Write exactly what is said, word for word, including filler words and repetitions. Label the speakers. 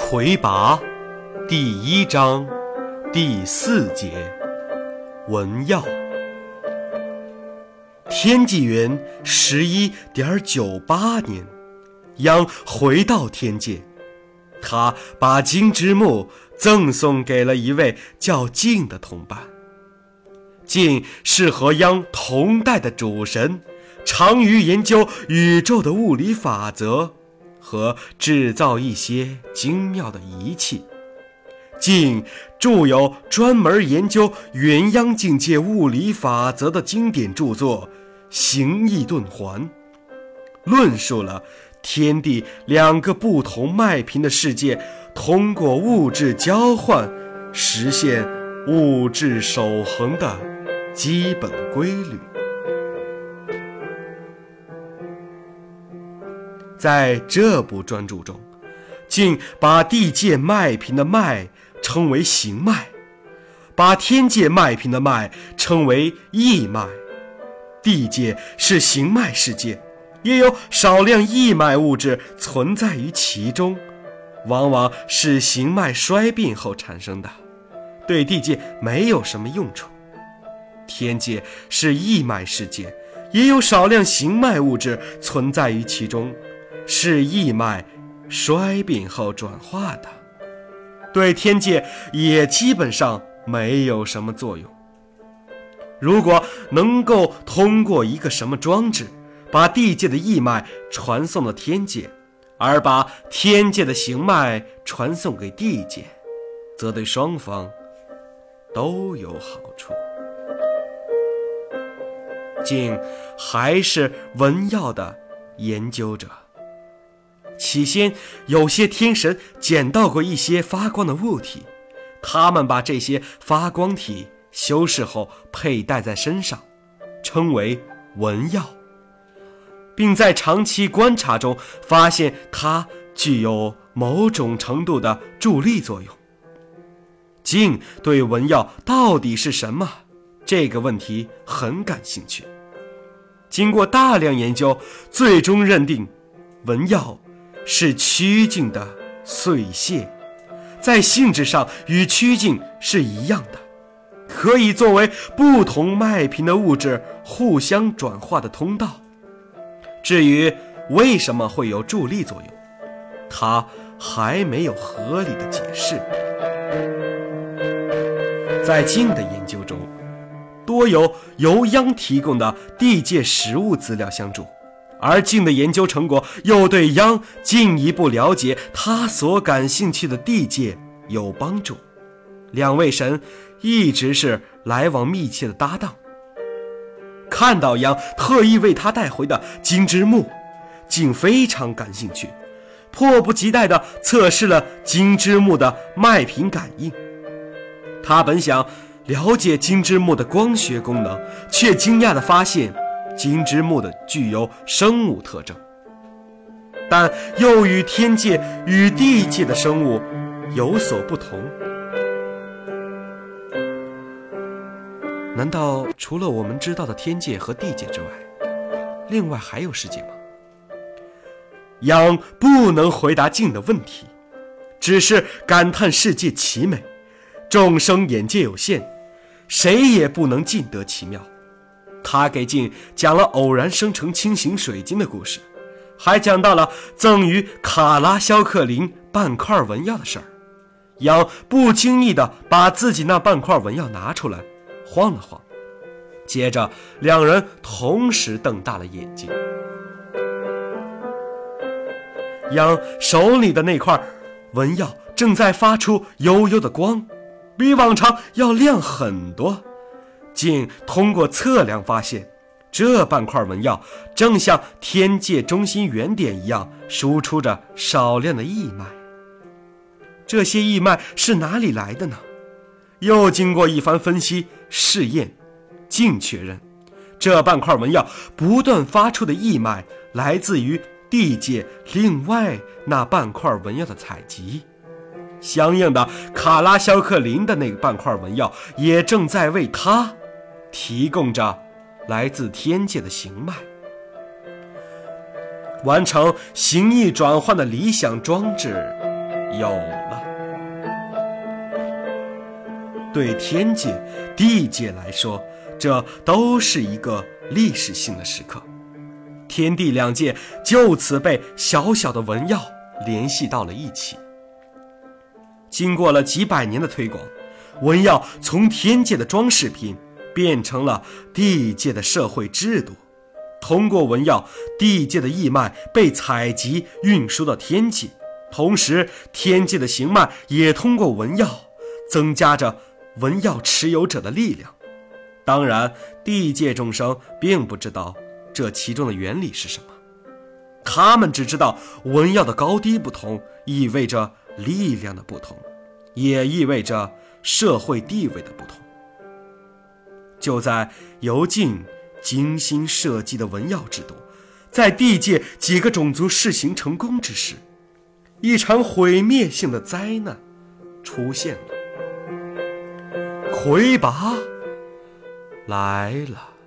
Speaker 1: 魁拔第一章第四节文耀。天纪元十一点九八年，央回到天界，他把金之木赠送给了一位叫晋的同伴。晋是和央同代的主神，长于研究宇宙的物理法则和制造一些精妙的仪器。晋著有专门研究元央境界物理法则的经典著作《形意顿环》，论述了天地两个不同脉频的世界通过物质交换实现物质守恒的基本规律。在这部专著中，晋把地界脉频的脉称为形脉，把天界脉频的脉称为意脉。地界是形脉世界，也有少量意脉物质存在于其中，往往是形脉衰变后产生的，对地界没有什么用处。天界是意脉世界，也有少量形脉物质存在于其中，是意脉衰变后转化的，对天界也基本上没有什么作用。如果能够通过一个什么装置把地界的意脉传送到天界，而把天界的形脉传送给地界，则对双方都有好处。晋还是文耀的研究者。起先有些天神捡到过一些发光的物体，他们把这些发光体修饰后佩戴在身上，称为文耀，并在长期观察中发现它具有某种程度的助力作用。晋对文耀到底是什么这个问题很感兴趣，经过大量研究，最终认定文耀是曲径的碎屑，在性质上与曲径是一样的，可以作为不同脉频的物质互相转化的通道。至于为什么会有助力作用，它还没有合理的解释。在晋的研究中，多有由央提供的地界实物资料相助，而晋的研究成果又对央进一步了解他所感兴趣的地界有帮助。两位神一直是来往密切的搭档。看到央特意为他带回的金之木，晋非常感兴趣，迫不及待地测试了金之木的脉频感应。他本想了解金之木的光学功能，却惊讶地发现金之木的具有生物特征，但又与天界与地界的生物有所不同。难道除了我们知道的天界和地界之外，另外还有世界吗？央不能回答晋的问题，只是感叹世界奇美，众生眼界有限，谁也不能尽得其妙。他给晋讲了偶然生成轻型水晶的故事，还讲到了赠予卡拉肖克林半块文耀的事儿。央不经意地把自己那半块文耀拿出来晃了晃，接着两人同时瞪大了眼睛。央手里的那块文耀正在发出幽幽的光，比往常要亮很多。晋通过测量发现，这半块文耀正像天界中心原点一样输出着少量的意脉。这些意脉是哪里来的呢？又经过一番分析试验，晋确认这半块文耀不断发出的意脉来自于地界另外那半块文耀的采集，相应的卡拉肖克林的那个半块文耀也正在为他提供着来自天界的形脉。完成形意转换的理想装置有了。对天界、地界来说，这都是一个历史性的时刻。天地两界就此被小小的文耀联系到了一起。经过了几百年的推广，文耀从天界的装饰品变成了地界的社会制度。通过文耀，地界的义脉被采集运输到天界，同时天界的行脉也通过文耀增加着文耀持有者的力量。当然，地界众生并不知道这其中的原理是什么，他们只知道文耀的高低不同意味着力量的不同，也意味着社会地位的不同。就在由晋精心设计的文耀制度在地界几个种族试行成功之时，一场毁灭性的灾难出现了。魁拔来了。